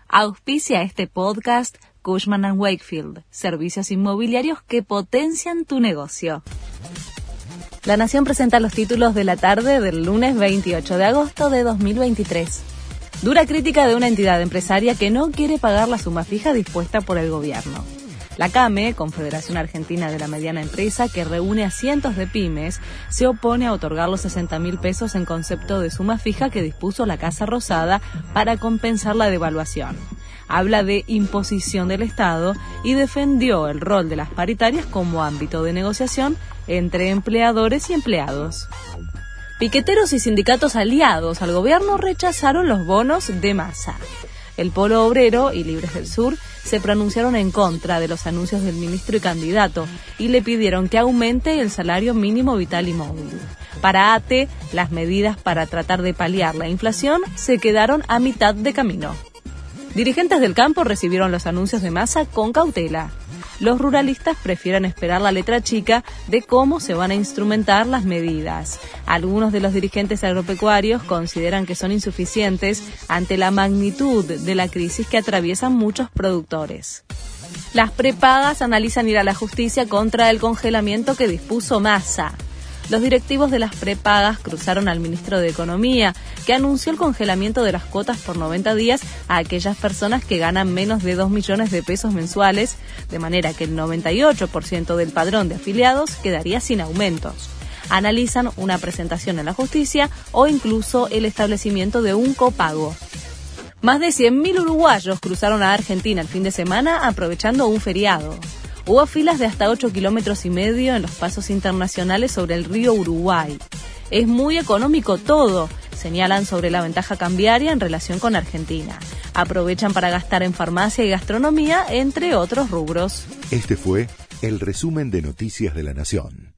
Auspicia este podcast Cushman & Wakefield, servicios inmobiliarios que potencian tu negocio. La Nación presenta los títulos de la tarde del lunes 28 de agosto de 2023. Dura crítica de una entidad empresaria que no quiere pagar la suma fija dispuesta por el gobierno. La CAME, Confederación Argentina de la Mediana Empresa, que reúne a cientos de pymes, se opone a otorgar los 60.000 pesos en concepto de suma fija que dispuso la Casa Rosada para compensar la devaluación. Habla de imposición del Estado y defendió el rol de las paritarias como ámbito de negociación entre empleadores y empleados. Piqueteros y sindicatos aliados al gobierno rechazaron los bonos de Massa. El Polo Obrero y Libres del Sur se pronunciaron en contra de los anuncios del ministro y candidato y le pidieron que aumente el salario mínimo vital y móvil. Para ATE, las medidas para tratar de paliar la inflación se quedaron a mitad de camino. Dirigentes del campo recibieron los anuncios de Massa con cautela. Los ruralistas prefieren esperar la letra chica de cómo se van a instrumentar las medidas. Algunos de los dirigentes agropecuarios consideran que son insuficientes ante la magnitud de la crisis que atraviesan muchos productores. Las prepagas analizan ir a la justicia contra el congelamiento que dispuso Massa. Los directivos de las prepagas cruzaron al ministro de Economía, que anunció el congelamiento de las cuotas por 90 días a aquellas personas que ganan menos de 2 millones de pesos mensuales, de manera que el 98% del padrón de afiliados quedaría sin aumentos. Analizan una presentación en la justicia o incluso el establecimiento de un copago. Más de 100.000 uruguayos cruzaron a Argentina el fin de semana aprovechando un feriado. Hubo filas de hasta 8,5 kilómetros en los pasos internacionales sobre el río Uruguay. Es muy económico todo, señalan sobre la ventaja cambiaria en relación con Argentina. Aprovechan para gastar en farmacia y gastronomía, entre otros rubros. Este fue el resumen de Noticias de la Nación.